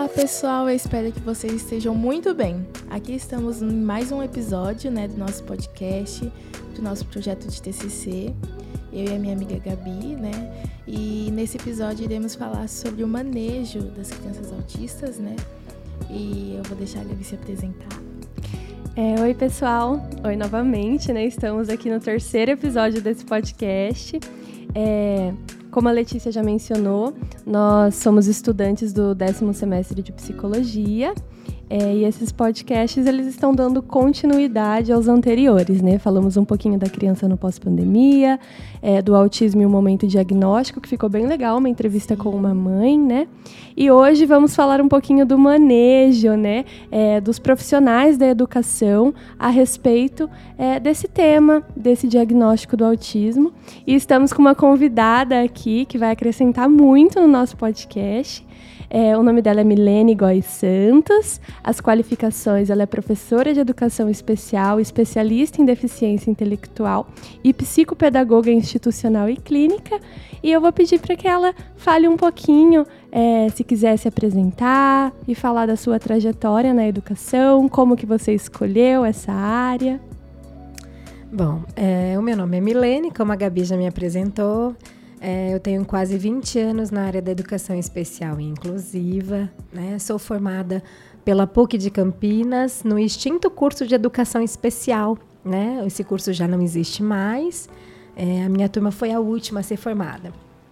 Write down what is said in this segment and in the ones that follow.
Olá pessoal, eu espero que vocês estejam muito bem. Aqui estamos em mais um episódio, do nosso podcast, do nosso projeto de TCC, eu e a minha amiga Gabi, E nesse episódio iremos falar sobre o manejo das crianças autistas, E eu vou deixar a Gabi se apresentar. Oi pessoal, oi novamente, Estamos aqui no terceiro episódio desse podcast. Como a Letícia já mencionou, nós somos estudantes do 10º semestre de Psicologia e esses podcasts eles estão dando continuidade aos anteriores, Falamos um pouquinho da criança no pós-pandemia, do autismo e o momento diagnóstico, que ficou bem legal, uma entrevista com uma mãe, E hoje vamos falar um pouquinho do manejo, dos profissionais da educação a respeito desse tema, desse diagnóstico do autismo. E estamos com uma convidada aqui que vai acrescentar muito no nosso podcast. O nome dela é Milene Góes Santos. As qualificações, ela é professora de educação especial, especialista em deficiência intelectual e psicopedagoga institucional e clínica. E eu vou pedir para que ela fale um pouquinho, se quiser se apresentar e falar da sua trajetória na educação, como que você escolheu essa área. Bom, o meu nome é Milene, como a Gabi já me apresentou. Eu tenho quase 20 anos na área da educação especial e inclusiva, Sou formada pela PUC de Campinas no extinto curso de educação especial, Esse curso já não existe mais. A minha turma foi a última a ser formada.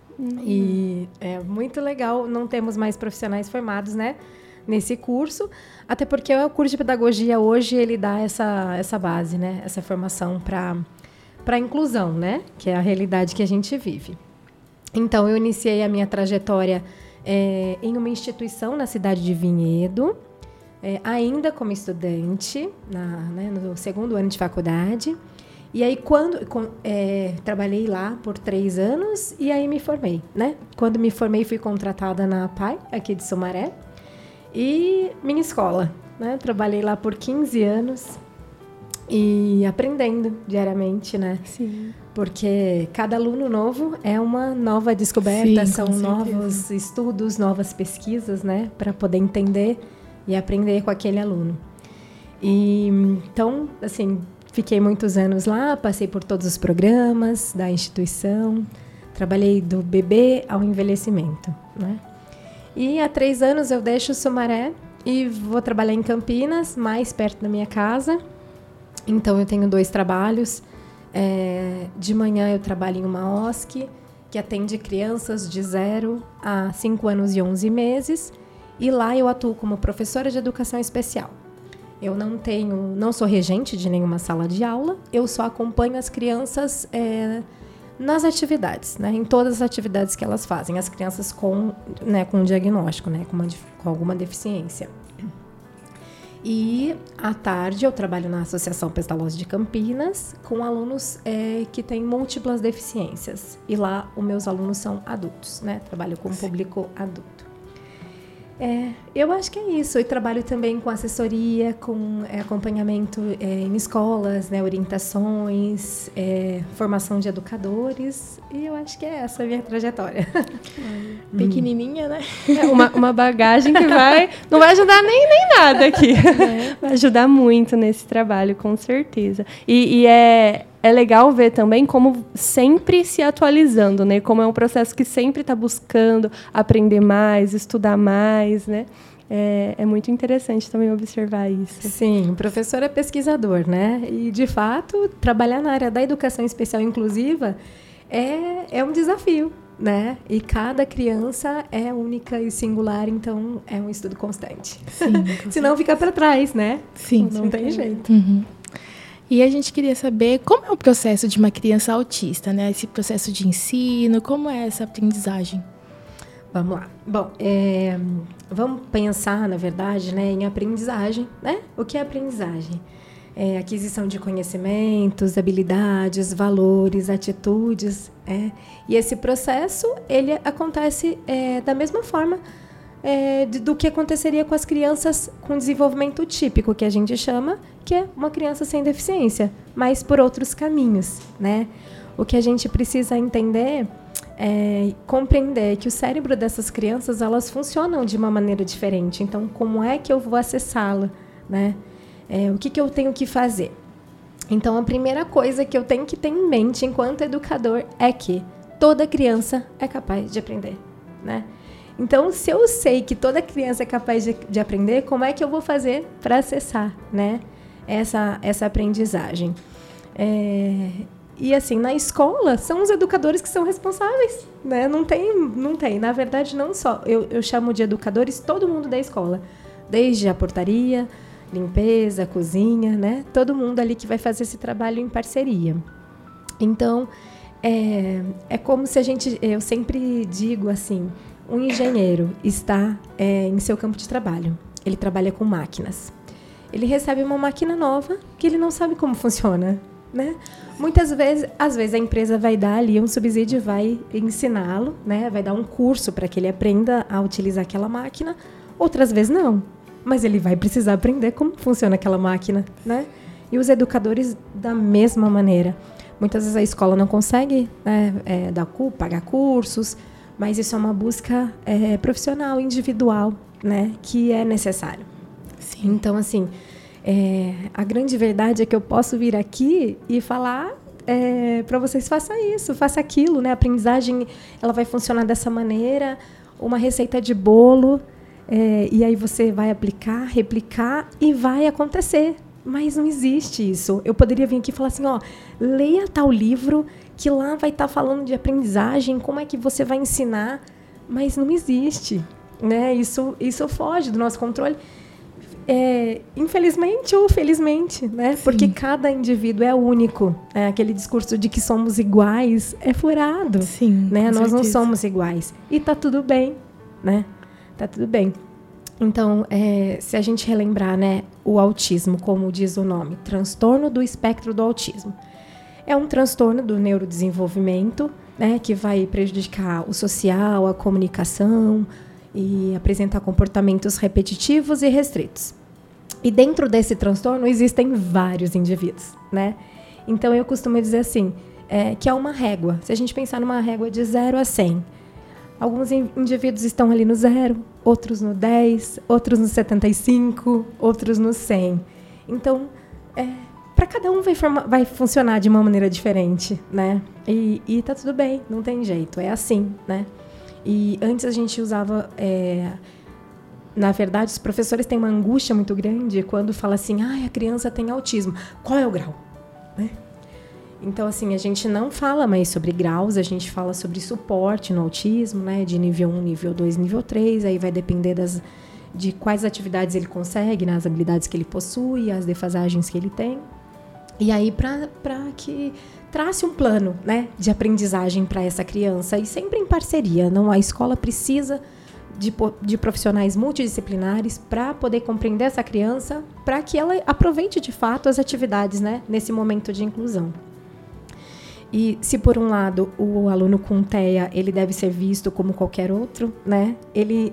E é muito legal, não temos mais profissionais formados, nesse curso, até porque o curso de pedagogia hoje ele dá essa base, essa formação para a inclusão, que é a realidade que a gente vive. Então, eu iniciei a minha trajetória em uma instituição na cidade de Vinhedo, ainda como estudante, no 2º ano de faculdade. E aí, trabalhei lá por 3 anos e aí me formei, Quando me formei, fui contratada na APAE, aqui de Sumaré, e minha escola, Trabalhei lá por 15 anos e aprendendo diariamente, Sim. Porque cada aluno novo é uma nova descoberta, Sim, são novos estudos, novas pesquisas, para poder entender e aprender com aquele aluno. E, então, assim, fiquei muitos anos lá, passei por todos os programas da instituição, trabalhei do bebê ao envelhecimento, E há 3 anos eu deixo o Sumaré e vou trabalhar em Campinas, mais perto da minha casa. Então, eu tenho 2 trabalhos. De manhã eu trabalho em uma OSC, que atende crianças de 0 a 5 anos e 11 meses. E lá eu atuo como professora de educação especial. Eu não sou regente de nenhuma sala de aula, eu só acompanho as crianças nas atividades, em todas as atividades que elas fazem, as crianças com diagnóstico, com alguma deficiência. E, à tarde, eu trabalho na Associação Pestalozzi de Campinas com alunos que têm múltiplas deficiências. E lá, os meus alunos são adultos, Trabalho com o público adulto. Eu acho que é isso. Eu trabalho também com assessoria, com acompanhamento em escolas, orientações, formação de educadores. E eu acho que é essa a minha trajetória. Pequenininha, Uma bagagem que não vai ajudar nem nada aqui. Vai ajudar muito nesse trabalho, com certeza. E é legal ver também como sempre se atualizando, Como é um processo que sempre está buscando aprender mais, estudar mais, É muito interessante também observar isso. Sim, o professor é pesquisador, E, de fato, trabalhar na área da educação especial inclusiva é um desafio, E cada criança é única e singular, então é um estudo constante. Sim, senão fica para trás, Sim. Não tem jeito. Uhum. E a gente queria saber como é o processo de uma criança autista, Esse processo de ensino, como é essa aprendizagem? Vamos lá. Bom, vamos pensar, na verdade, em aprendizagem, O que é aprendizagem? Aquisição de conhecimentos, habilidades, valores, atitudes, E esse processo, ele acontece da mesma forma do que aconteceria com as crianças com desenvolvimento típico, que a gente chama, que é uma criança sem deficiência, mas por outros caminhos, O que a gente precisa entender compreender que o cérebro dessas crianças, elas funcionam de uma maneira diferente. Então, como é que eu vou acessá-la, né? O que eu tenho que fazer? Então, a primeira coisa que eu tenho que ter em mente enquanto educador é que toda criança é capaz de aprender, né? Então, se eu sei que toda criança é capaz de aprender, como é que eu vou fazer para acessar, né, essa aprendizagem? E, assim, na escola, são os educadores que são responsáveis, né? Não tem. Na verdade, não só. Eu chamo de educadores todo mundo da escola, desde a portaria, limpeza, cozinha, né? Todo mundo ali que vai fazer esse trabalho em parceria. Então, é como se eu sempre digo assim, um engenheiro está em seu campo de trabalho, ele trabalha com máquinas. Ele recebe uma máquina nova que ele não sabe como funciona, né? Às vezes a empresa vai dar ali um subsídio, vai ensiná-lo, né? Vai dar um curso para que ele aprenda a utilizar aquela máquina. Outras vezes não, mas ele vai precisar aprender como funciona aquela máquina, né? E os educadores da mesma maneira. Muitas vezes a escola não consegue, né, pagar cursos, mas isso é uma busca profissional, individual, né, que é necessário. Sim. Então, assim, a grande verdade é que eu posso vir aqui e falar para vocês, faça isso, faça aquilo, né? A aprendizagem, ela vai funcionar dessa maneira, uma receita de bolo, e aí você vai aplicar, replicar e vai acontecer. Mas não existe isso. Eu poderia vir aqui e falar assim, leia tal livro que lá vai estar falando de aprendizagem, como é que você vai ensinar, mas não existe, né? Isso foge do nosso controle, infelizmente ou felizmente, né? Sim. Porque cada indivíduo é único. Aquele discurso de que somos iguais é furado. Sim, né? Nós certeza. Não somos iguais. E tá tudo bem, né? Tá tudo bem. Então, se a gente relembrar, né, o autismo, como diz o nome, transtorno do espectro do autismo, é um transtorno do neurodesenvolvimento, né, que vai prejudicar o social, a comunicação e apresentar comportamentos repetitivos e restritos. E dentro desse transtorno existem vários indivíduos, né? Então, eu costumo dizer assim, que é uma régua. Se a gente pensar numa régua de 0 a 100, alguns indivíduos estão ali no 0, outros no 10, outros no 75, outros no 100. Então, para cada um vai funcionar de uma maneira diferente, né? E tá tudo bem, não tem jeito, é assim, né? E antes a gente usava... na verdade, os professores têm uma angústia muito grande quando fala assim, a criança tem autismo. Qual é o grau? Né? Então, assim, a gente não fala mais sobre graus, a gente fala sobre suporte no autismo, né? De nível 1, nível 2, nível 3, aí vai depender de quais atividades ele consegue, né? As habilidades que ele possui, as defasagens que ele tem. E aí, para que trace um plano, né, de aprendizagem para essa criança, e sempre em parceria. Não, a escola precisa de profissionais multidisciplinares para poder compreender essa criança, para que ela aproveite de fato as atividades, né, nesse momento de inclusão. E se por um lado o aluno com TEA ele deve ser visto como qualquer outro, né? Ele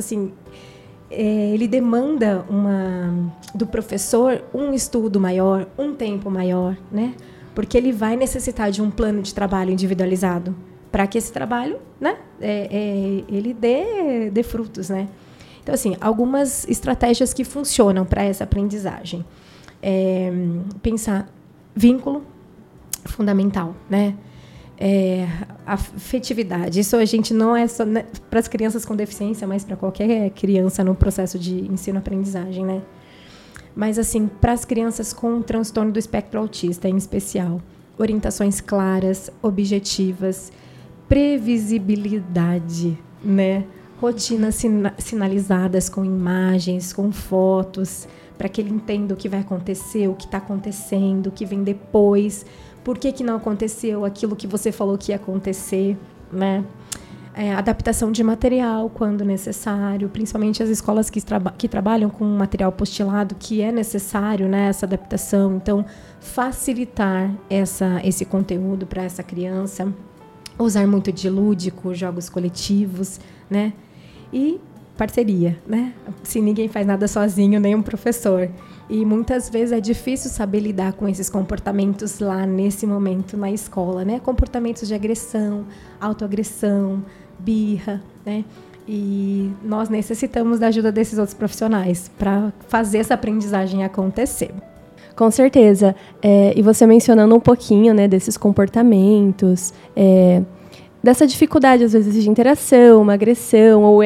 demanda do professor um estudo maior, um tempo maior, né? Porque ele vai necessitar de um plano de trabalho individualizado para que esse trabalho, né, ele dê frutos, né? Então, assim, algumas estratégias que funcionam para essa aprendizagem. Pensar vínculo, fundamental, né? Afetividade. Isso a gente não é só, né, para as crianças com deficiência, mas para qualquer criança no processo de ensino-aprendizagem, né? Mas, assim, para as crianças com transtorno do espectro autista, em especial, orientações claras, objetivas, previsibilidade, né? Rotinas sinalizadas com imagens, com fotos, para que ele entenda o que vai acontecer, o que está acontecendo, o que vem depois, por que não aconteceu aquilo que você falou que ia acontecer, né? Adaptação de material quando necessário, principalmente as escolas que trabalham com material postilado, que é necessário, né, essa adaptação. Então, facilitar esse conteúdo para essa criança, usar muito de lúdico, jogos coletivos, né? E parceria, né? Se ninguém faz nada sozinho, nem um professor. E muitas vezes é difícil saber lidar com esses comportamentos lá nesse momento na escola, né? Comportamentos de agressão, autoagressão, birra, né? E nós necessitamos da ajuda desses outros profissionais para fazer essa aprendizagem acontecer. Com certeza. E você mencionando um pouquinho, né, desses comportamentos, dessa dificuldade, às vezes, de interação, uma agressão, ou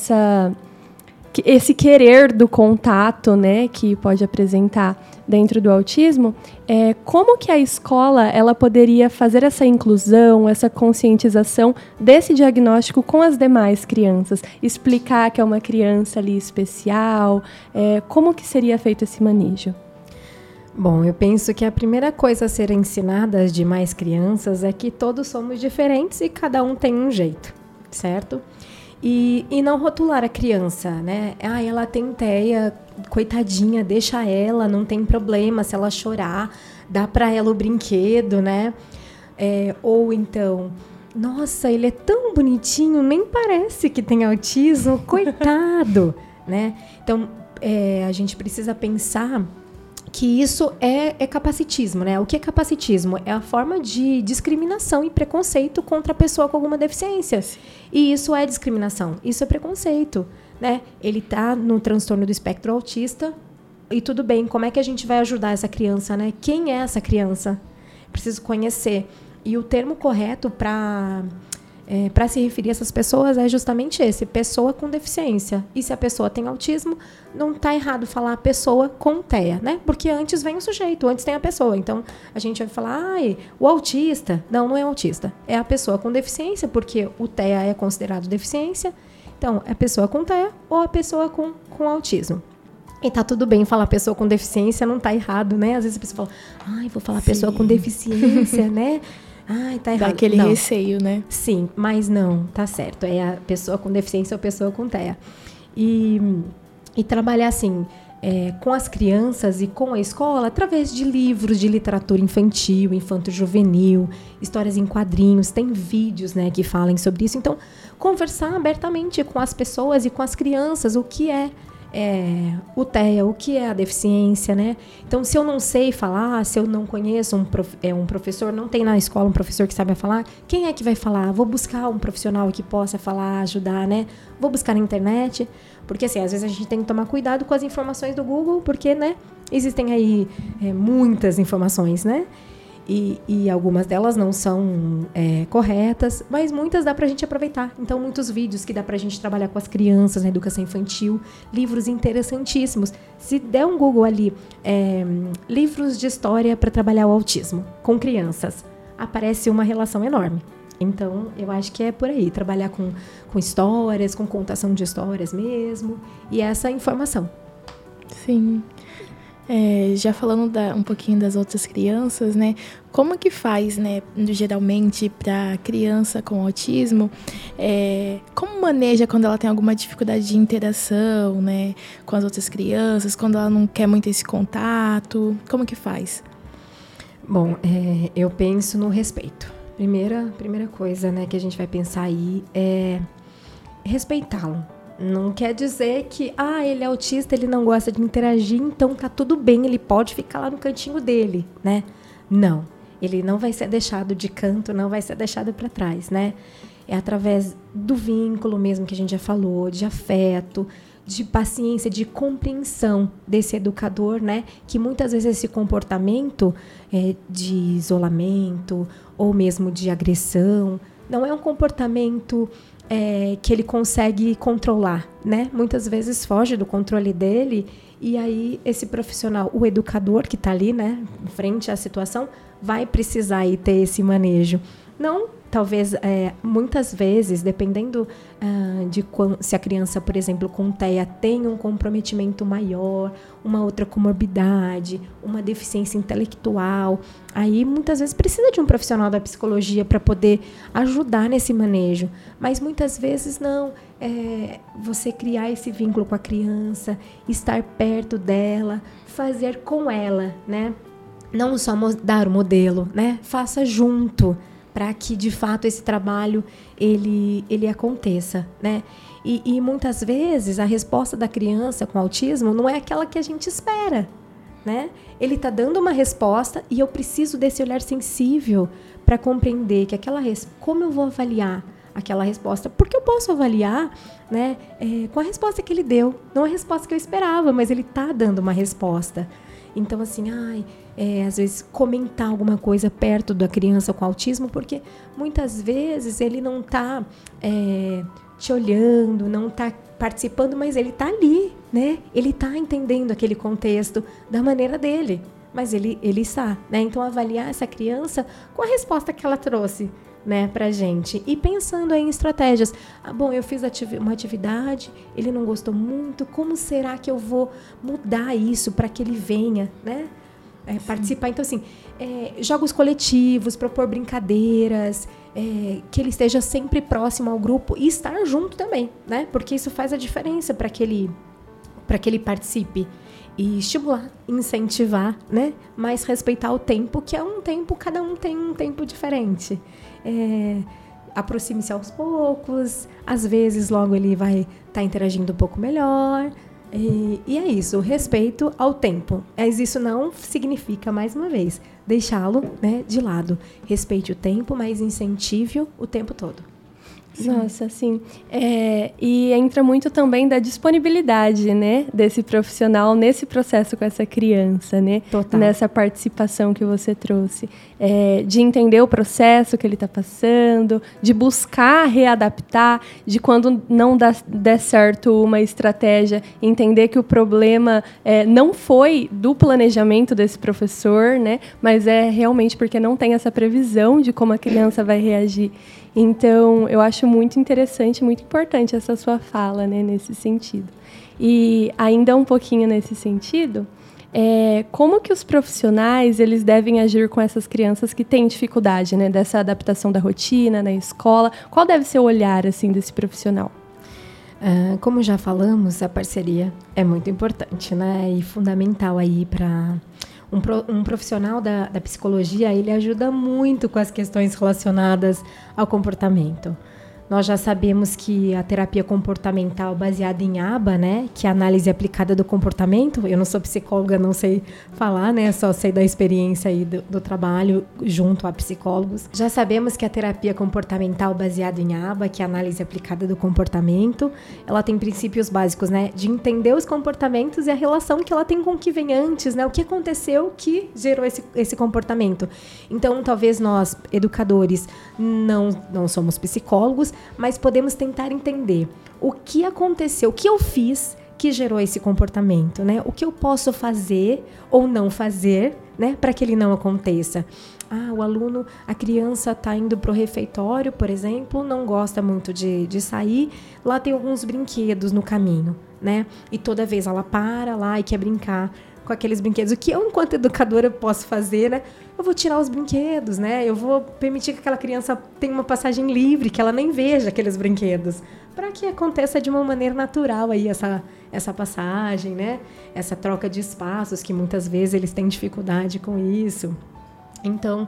esse querer do contato, né, que pode apresentar dentro do autismo, como que a escola ela poderia fazer essa inclusão, essa conscientização desse diagnóstico com as demais crianças? Explicar que é uma criança ali especial, como que seria feito esse manejo? Bom, eu penso que a primeira coisa a ser ensinada às demais crianças é que todos somos diferentes e cada um tem um jeito, certo? E não rotular a criança, né? Ela tem TEA, coitadinha, deixa ela, não tem problema se ela chorar, dá para ela o brinquedo, né? Ou então, nossa, ele é tão bonitinho, nem parece que tem autismo, coitado, né? Então, a gente precisa pensar que isso é capacitismo, né? O que é capacitismo? É a forma de discriminação e preconceito contra a pessoa com alguma deficiência. E isso é discriminação, isso é preconceito, né? Ele está no transtorno do espectro autista e tudo bem, como é que a gente vai ajudar essa criança, né? Quem é essa criança? Preciso conhecer. E o termo correto para se referir a essas pessoas é justamente esse, pessoa com deficiência. E se a pessoa tem autismo, não está errado falar pessoa com TEA, né? Porque antes vem o sujeito, antes tem a pessoa. Então, a gente vai falar, o autista. Não é autista. É a pessoa com deficiência, porque o TEA é considerado deficiência. Então, é a pessoa com TEA ou a pessoa com autismo. E tá tudo bem falar pessoa com deficiência, não tá errado, né? Às vezes a pessoa fala, vou falar pessoa com deficiência, né? Tá errado. Dá aquele receio, né? Sim, mas não, tá certo. É a pessoa com deficiência ou a pessoa com TEA. E trabalhar assim, com as crianças e com a escola, através de livros de literatura infantil, infanto-juvenil, histórias em quadrinhos, tem vídeos, né, que falem sobre isso. Então, conversar abertamente com as pessoas e com as crianças, o que é o TEA, o que é a deficiência, né? Então, se eu não sei falar, se eu não conheço um professor, não tem na escola um professor que saiba falar, quem é que vai falar? Vou buscar um profissional que possa falar, ajudar, né? Vou buscar na internet, porque assim, às vezes a gente tem que tomar cuidado com as informações do Google, porque, né, existem aí muitas informações, né? E algumas delas não são corretas, mas muitas dá pra gente aproveitar. Então, muitos vídeos que dá pra gente trabalhar com as crianças na educação infantil, livros interessantíssimos. Se der um Google ali, livros de história para trabalhar o autismo com crianças, aparece uma relação enorme. Então, eu acho que é por aí, trabalhar com histórias, com contação de histórias mesmo, e essa informação. Sim. Já falando um pouquinho das outras crianças, né? Como que faz, né, geralmente, para criança com autismo? Como maneja quando ela tem alguma dificuldade de interação, né, com as outras crianças, quando ela não quer muito esse contato? Como que faz? Bom, eu penso no respeito. Primeira coisa, né, que a gente vai pensar aí é respeitá-lo. Não quer dizer que, ele é autista, ele não gosta de interagir, então tá tudo bem, ele pode ficar lá no cantinho dele, né? Não, ele não vai ser deixado de canto, não vai ser deixado para trás, né? É através do vínculo mesmo que a gente já falou, de afeto, de paciência, de compreensão desse educador, né? Que muitas vezes esse comportamento de isolamento ou mesmo de agressão não é um comportamento que ele consegue controlar, né? Muitas vezes foge do controle dele e aí esse profissional, o educador que está ali, né, frente à situação, vai precisar aí ter esse manejo. Não, talvez, muitas vezes, dependendo se a criança, por exemplo, com TEA tem um comprometimento maior, uma outra comorbidade, uma deficiência intelectual, aí muitas vezes precisa de um profissional da psicologia para poder ajudar nesse manejo. Mas muitas vezes não. Você criar esse vínculo com a criança, estar perto dela, fazer com ela, né? Não só dar o modelo, né? Faça junto, para que, de fato, esse trabalho ele aconteça, né? E muitas vezes a resposta da criança com autismo não é aquela que a gente espera, né? Ele está dando uma resposta e eu preciso desse olhar sensível para compreender que como eu vou avaliar aquela resposta? Porque eu posso avaliar, né, com a resposta que ele deu. Não a resposta que eu esperava, mas ele está dando uma resposta. Então, assim, às vezes comentar alguma coisa perto da criança com autismo, porque muitas vezes ele não está te olhando, não está participando, mas ele está ali, né? Ele está entendendo aquele contexto da maneira dele, mas ele está, né? Então, avaliar essa criança com a resposta que ela trouxe, né, pra gente. E pensando aí em estratégias. Bom, eu fiz uma atividade, ele não gostou muito, como será que eu vou mudar isso para que ele venha, né? Participar. Então, assim, jogos coletivos, propor brincadeiras, que ele esteja sempre próximo ao grupo e estar junto também, né? Porque isso faz a diferença para que ele participe. E estimular, incentivar, né? Mas respeitar o tempo, que é um tempo, cada um tem um tempo diferente. Aproxime-se aos poucos, às vezes logo ele vai estar interagindo um pouco melhor. E é isso, respeito ao tempo. Mas isso não significa, mais uma vez, deixá-lo, né, de lado. Respeite o tempo, mas incentive o tempo todo. Sim. Nossa, sim. E entra muito também da disponibilidade, né, desse profissional nesse processo com essa criança, né? Total. Nessa participação que você trouxe. De entender o processo que ele está passando, de buscar readaptar, de quando não der certo uma estratégia, entender que o problema não foi do planejamento desse professor, né, mas é realmente porque não tem essa previsão de como a criança vai reagir. Então, eu acho muito interessante, muito importante essa sua fala, né, nesse sentido. E ainda um pouquinho nesse sentido, como que os profissionais eles devem agir com essas crianças que têm dificuldade, né, dessa adaptação da rotina na escola? Qual deve ser o olhar assim, desse profissional? Como já falamos, a parceria é muito importante, né, e fundamental aí para... Um profissional da psicologia, ele ajuda muito com as questões relacionadas ao comportamento. Nós já sabemos que a terapia comportamental baseada em ABA, né, que é a análise aplicada do comportamento, eu não sou psicóloga, não sei falar, né, só sei da experiência aí do trabalho junto a psicólogos. Já sabemos que a terapia comportamental baseada em ABA, que é a análise aplicada do comportamento, ela tem princípios básicos, né, de entender os comportamentos e a relação que ela tem com o que vem antes, né, o que aconteceu que gerou esse comportamento. Então, talvez nós, educadores, não somos psicólogos, mas podemos tentar entender o que aconteceu, o que eu fiz que gerou esse comportamento, né? O que eu posso fazer ou não fazer, né, para que ele não aconteça. O aluno, a criança está indo para o refeitório, por exemplo, não gosta muito de sair, lá tem alguns brinquedos no caminho, né? E toda vez ela para lá e quer brincar com aqueles brinquedos. O que eu, enquanto educadora, posso fazer, né? Eu vou tirar os brinquedos, né? Eu vou permitir que aquela criança tenha uma passagem livre, que ela nem veja aqueles brinquedos, para que aconteça de uma maneira natural aí essa passagem, né? Essa troca de espaços, que muitas vezes eles têm dificuldade com isso. Então,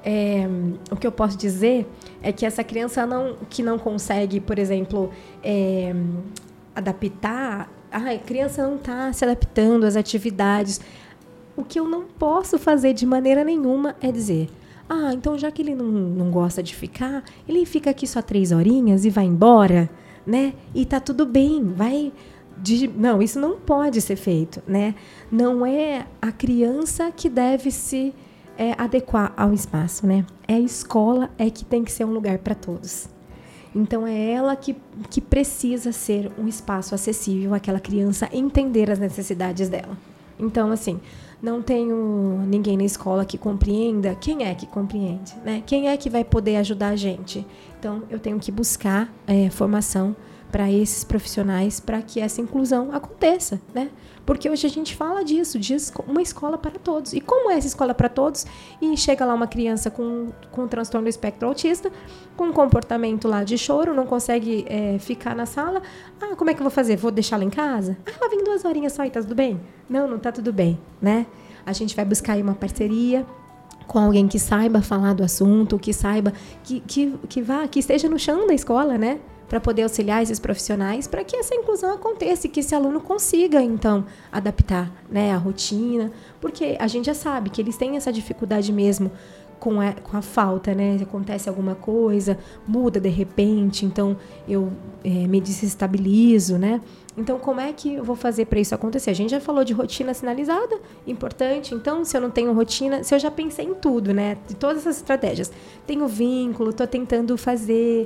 o que eu posso dizer é que essa criança que não consegue, por exemplo, adaptar... a criança não está se adaptando às atividades. O que eu não posso fazer de maneira nenhuma é dizer, então já que ele não gosta de ficar, ele fica aqui só 3 horinhas e vai embora, né? E tá tudo bem, Não, isso não pode ser feito, né? Não é a criança que deve se adequar ao espaço, né? É a escola que tem que ser um lugar para todos. Então, é ela que precisa ser um espaço acessível àquela criança, entender as necessidades dela. Então, assim, não tenho ninguém na escola que compreenda. Quem é que compreende, né? Quem é que vai poder ajudar a gente? Então, eu tenho que buscar formação para esses profissionais para que essa inclusão aconteça, né? Porque hoje a gente fala disso, de uma escola para todos. E como é essa escola para todos? E chega lá uma criança com transtorno do espectro autista, com um comportamento lá de choro, não consegue ficar na sala. Como é que eu vou fazer? Vou deixá-la em casa? Ela vem 2 horinhas só e tá tudo bem? Não tá tudo bem, né? A gente vai buscar aí uma parceria com alguém que saiba falar do assunto, que saiba, que esteja no chão da escola, né? para poder auxiliar esses profissionais para que essa inclusão aconteça e que esse aluno consiga, então, adaptar, né, a rotina, porque a gente já sabe que eles têm essa dificuldade mesmo com a falta, né? Acontece alguma coisa, muda de repente, então eu me desestabilizo, né? Então, como é que eu vou fazer para isso acontecer? A gente já falou de rotina sinalizada, importante. Então, se eu não tenho rotina, se eu já pensei em tudo, né? De todas essas estratégias. Tenho vínculo, estou tentando fazer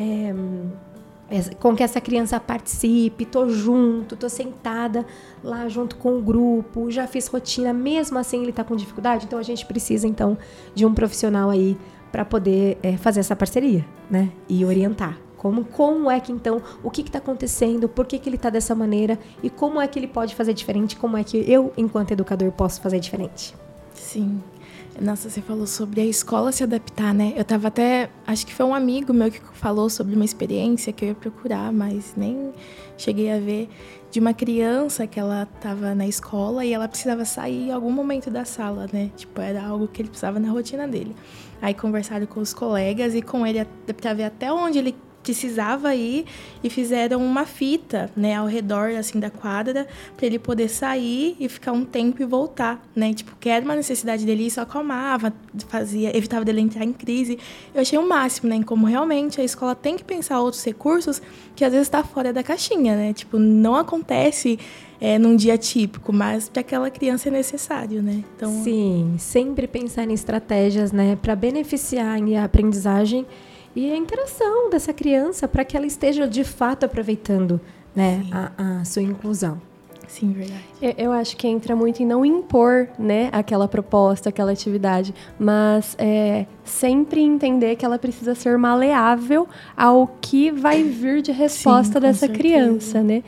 com que essa criança participe, estou junto, estou sentada lá junto com o grupo, já fiz rotina, mesmo assim ele está com dificuldade. Então, a gente precisa, então, de um profissional aí para poder fazer essa parceria, né? E orientar. Como é que, então, o que está acontecendo, por que ele está dessa maneira e como é que ele pode fazer diferente, como é que eu, enquanto educador, posso fazer diferente. Sim. Nossa, você falou sobre a escola se adaptar, né? Eu tava até... Acho que foi um amigo meu que falou sobre uma experiência que eu ia procurar, mas nem cheguei a ver, de uma criança que ela tava na escola e ela precisava sair em algum momento da sala, né? Tipo, era algo que ele precisava na rotina dele. Aí conversaram com os colegas e com ele pra ver até onde ele precisava ir e fizeram uma fita, né, ao redor, assim, da quadra para ele poder sair e ficar um tempo e voltar, né, tipo, que era uma necessidade dele, isso acalmava, evitava dele entrar em crise. Eu achei o máximo, né, em como realmente a escola tem que pensar outros recursos que às vezes está fora da caixinha, né, tipo, não acontece num dia típico, mas para aquela criança é necessário, né. Então... Sim, sempre pensar em estratégias, né, para beneficiar a aprendizagem e a interação dessa criança para que ela esteja, de fato, aproveitando, né, a sua inclusão. Sim, verdade. Eu acho que entra muito em não impor, né, aquela proposta, aquela atividade, mas sempre entender que ela precisa ser maleável ao que vai vir de resposta dessa criança, né?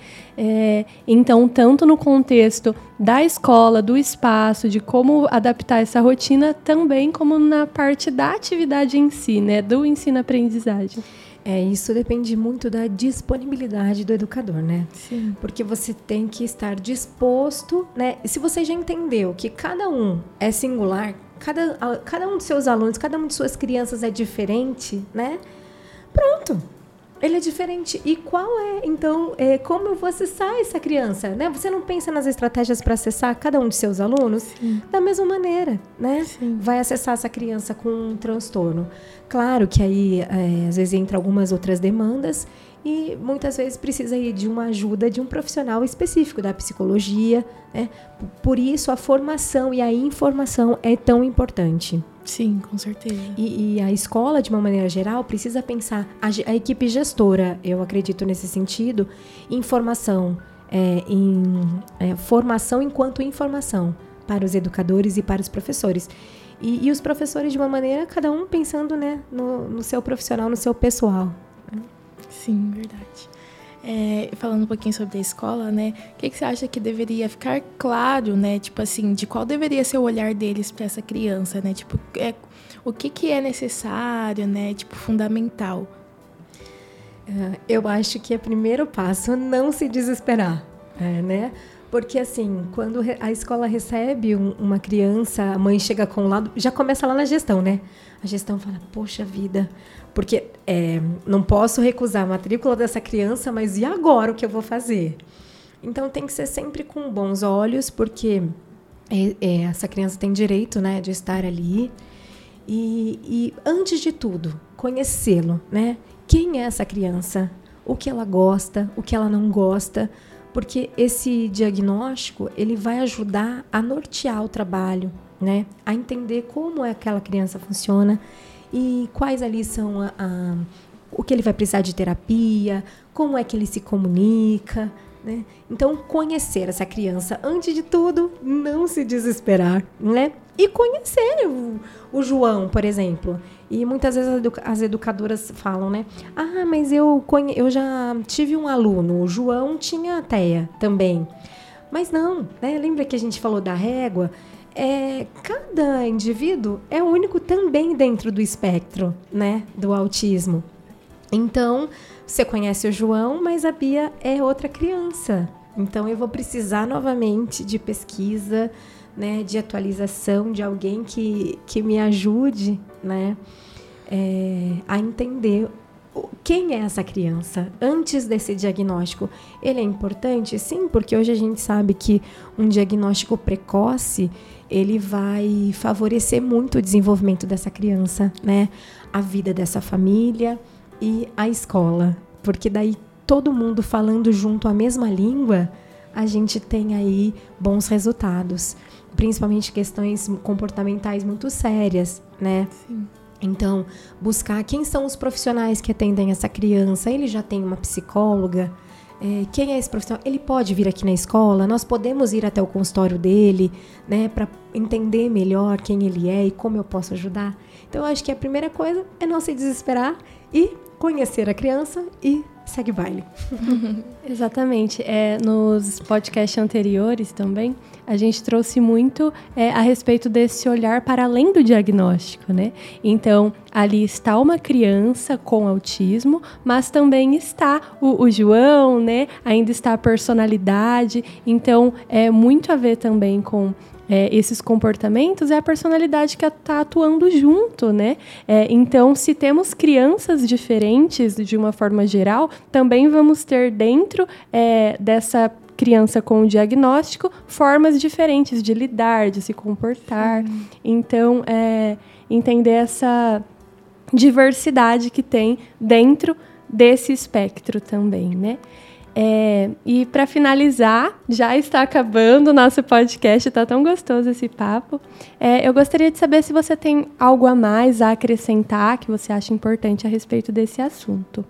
Então, tanto no contexto da escola, do espaço, de como adaptar essa rotina, também como na parte da atividade em si, né, do ensino-aprendizagem. Isso depende muito da disponibilidade do educador, né? Sim. Porque você tem que estar disposto, né? Se você já entendeu que cada um é singular, cada um de seus alunos, cada um de suas crianças é diferente, né? Pronto. Ele é diferente. E qual então, como eu vou acessar essa criança, né? Você não pensa nas estratégias para acessar cada um de seus alunos? Sim. Da mesma maneira, né? Sim. Vai acessar essa criança com um transtorno. Claro que aí, às vezes, entra algumas outras demandas e muitas vezes precisa aí de uma ajuda de um profissional específico da psicologia, né? Por isso, a formação e a informação é tão importante. Sim, com certeza. E a escola, de uma maneira geral, precisa pensar, a equipe gestora, eu acredito nesse sentido, em formação, formação enquanto informação para os educadores e para os professores. E os professores, de uma maneira, cada um pensando, né, no seu profissional, no seu pessoal. Sim, verdade. Falando um pouquinho sobre a escola, né? O que você acha que deveria ficar claro, né? Tipo assim, de qual deveria ser o olhar deles para essa criança, né? Tipo, o que é necessário, né? Tipo, fundamental. Eu acho que é o primeiro passo não se desesperar, né? Porque, assim, quando a escola recebe uma criança, a mãe chega com o lado... Já começa lá na gestão, né? A gestão fala, poxa vida... Porque não posso recusar a matrícula dessa criança, mas e agora o que eu vou fazer? Então, tem que ser sempre com bons olhos, porque essa criança tem direito, né, de estar ali. E antes de tudo, conhecê-lo, né? Quem é essa criança? O que ela gosta? O que ela não gosta? Porque esse diagnóstico ele vai ajudar a nortear o trabalho, né? A entender como aquela criança funciona e quais ali são o que ele vai precisar de terapia, como é que ele se comunica, né? Então, conhecer essa criança, antes de tudo, não se desesperar, né? E conhecer o João, por exemplo. E muitas vezes as educadoras falam, né? Ah, mas eu já tive um aluno, o João tinha TEA também. Mas não, né? Lembra que a gente falou da régua? Cada indivíduo é único também dentro do espectro, né, do autismo. Então, você conhece o João, mas a Bia é outra criança. Então, eu vou precisar novamente de pesquisa, né, de atualização, de alguém que me ajude, né, a entender quem é essa criança antes desse diagnóstico? Ele é importante? Sim, porque hoje a gente sabe que um diagnóstico precoce, ele vai favorecer muito o desenvolvimento dessa criança, né? A vida dessa família e a escola. Porque daí todo mundo falando junto a mesma língua, a gente tem aí bons resultados. Principalmente questões comportamentais muito sérias, né? Sim. Então, buscar quem são os profissionais que atendem essa criança. Ele já tem uma psicóloga? Quem é esse profissional? Ele pode vir aqui na escola? Nós podemos ir até o consultório dele, né, para entender melhor quem ele é e como eu posso ajudar? Então, eu acho que a primeira coisa é não se desesperar e conhecer a criança e segue o baile. Exatamente. Nos podcasts anteriores também, a gente trouxe muito a respeito desse olhar para além do diagnóstico, né? Então, ali está uma criança com autismo, mas também está o João, né? Ainda está a personalidade. Então, é muito a ver também com esses comportamentos, é a personalidade que está atuando junto, né? Então, se temos crianças diferentes de uma forma geral, também vamos ter dentro dessa criança com o diagnóstico formas diferentes de lidar, de se comportar. Então, entender essa diversidade que tem dentro desse espectro também, né? E para finalizar, já está acabando o nosso podcast, está tão gostoso esse papo. Eu gostaria de saber se você tem algo a mais a acrescentar que você acha importante a respeito desse assunto.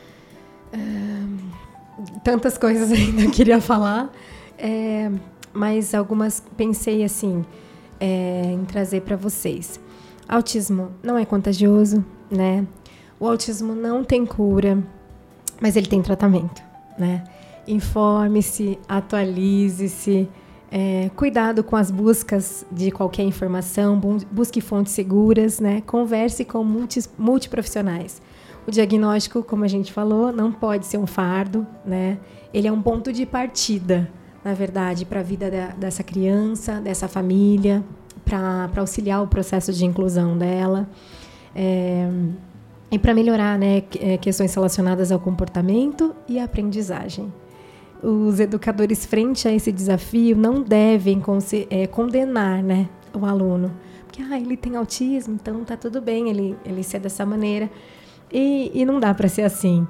Tantas coisas ainda queria falar, mas algumas pensei assim, em trazer para vocês. Autismo não é contagioso, né? O autismo não tem cura, mas ele tem tratamento, né? Informe-se, atualize-se, cuidado com as buscas de qualquer informação, busque fontes seguras, né? Converse com multiprofissionais. O diagnóstico, como a gente falou, não pode ser um fardo, né? Ele é um ponto de partida, na verdade, para a vida dessa criança, dessa família, para auxiliar o processo de inclusão dela. E para melhorar, né, questões relacionadas ao comportamento e à aprendizagem. Os educadores, frente a esse desafio, não devem condenar, né, o aluno. Porque ele tem autismo, então tá tudo bem ele ser dessa maneira. E não dá para ser assim.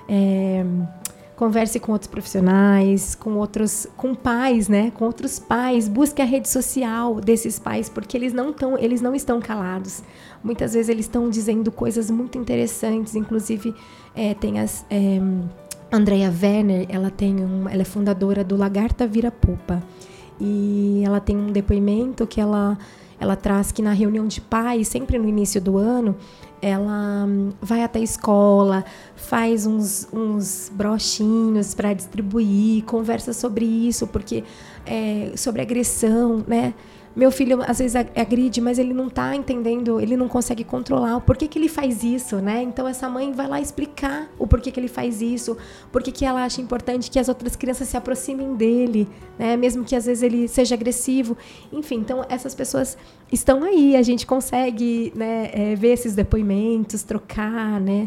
Converse com outros profissionais, com pais, né? Com outros pais. Busque a rede social desses pais, porque eles não estão calados. Muitas vezes eles estão dizendo coisas muito interessantes. Inclusive, tem Andrea Werner, ela é fundadora do Lagarta Vira Pupa. E ela tem um depoimento que ela traz que na reunião de pais, sempre no início do ano, ela vai até a escola, faz uns brochinhos para distribuir, conversa sobre isso, porque sobre agressão, né? Meu filho às vezes agride, mas ele não está entendendo, ele não consegue controlar o porquê que ele faz isso, né? Então essa mãe vai lá explicar o porquê que ele faz isso, porquê que ela acha importante que as outras crianças se aproximem dele, né? Mesmo que às vezes ele seja agressivo. Enfim, então essas pessoas estão aí, a gente consegue, né, ver esses depoimentos, trocar, né,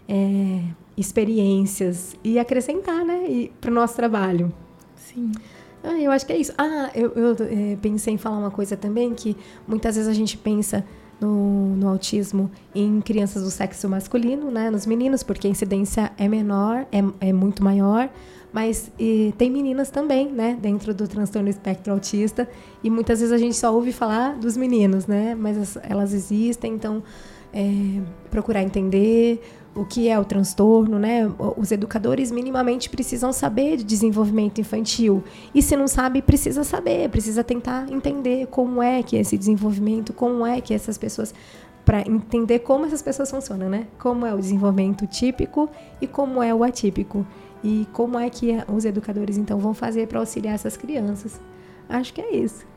experiências e acrescentar, né, para o nosso trabalho. Sim. Eu acho que é isso. Eu pensei em falar uma coisa também, que muitas vezes a gente pensa no autismo em crianças do sexo masculino, né, nos meninos, porque a incidência é menor, é muito maior, mas tem meninas também, né, dentro do transtorno espectro autista, e muitas vezes a gente só ouve falar dos meninos, né, mas elas existem, então procurar entender o que é o transtorno, né? Os educadores minimamente precisam saber de desenvolvimento infantil. E se não sabe, precisa saber, precisa tentar entender como é que é esse desenvolvimento, como é que essas pessoas, para entender como essas pessoas funcionam, né? Como é o desenvolvimento típico e como é o atípico. E como é que os educadores, então, vão fazer para auxiliar essas crianças. Acho que é isso.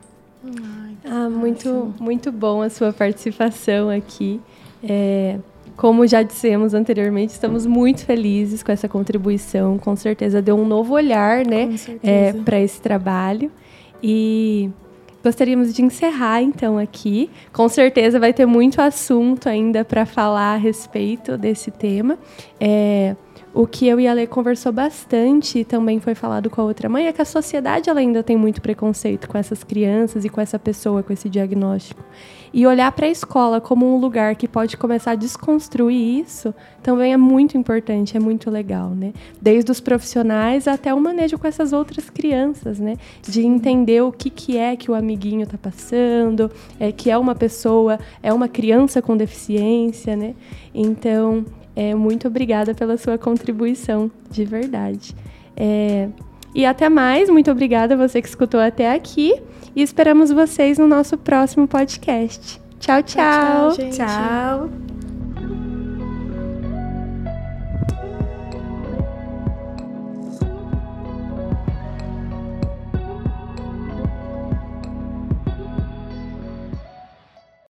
Muito bom a sua participação aqui. Como já dissemos anteriormente, estamos muito felizes com essa contribuição. Com certeza deu um novo olhar, né, para esse trabalho. E gostaríamos de encerrar, então, aqui. Com certeza vai ter muito assunto ainda para falar a respeito desse tema. O que eu e a Lê conversou bastante e também foi falado com a outra mãe é que a sociedade ela ainda tem muito preconceito com essas crianças e com essa pessoa, com esse diagnóstico. E olhar para a escola como um lugar que pode começar a desconstruir isso também é muito importante, é muito legal, né? Desde os profissionais até o manejo com essas outras crianças, né? De entender o que é que o amiguinho está passando, que é uma pessoa, é uma criança com deficiência, né? Então, muito obrigada pela sua contribuição, de verdade. E até mais, muito obrigada a você que escutou até aqui. E esperamos vocês no nosso próximo podcast. Tchau, tchau. Tchau, gente. Tchau.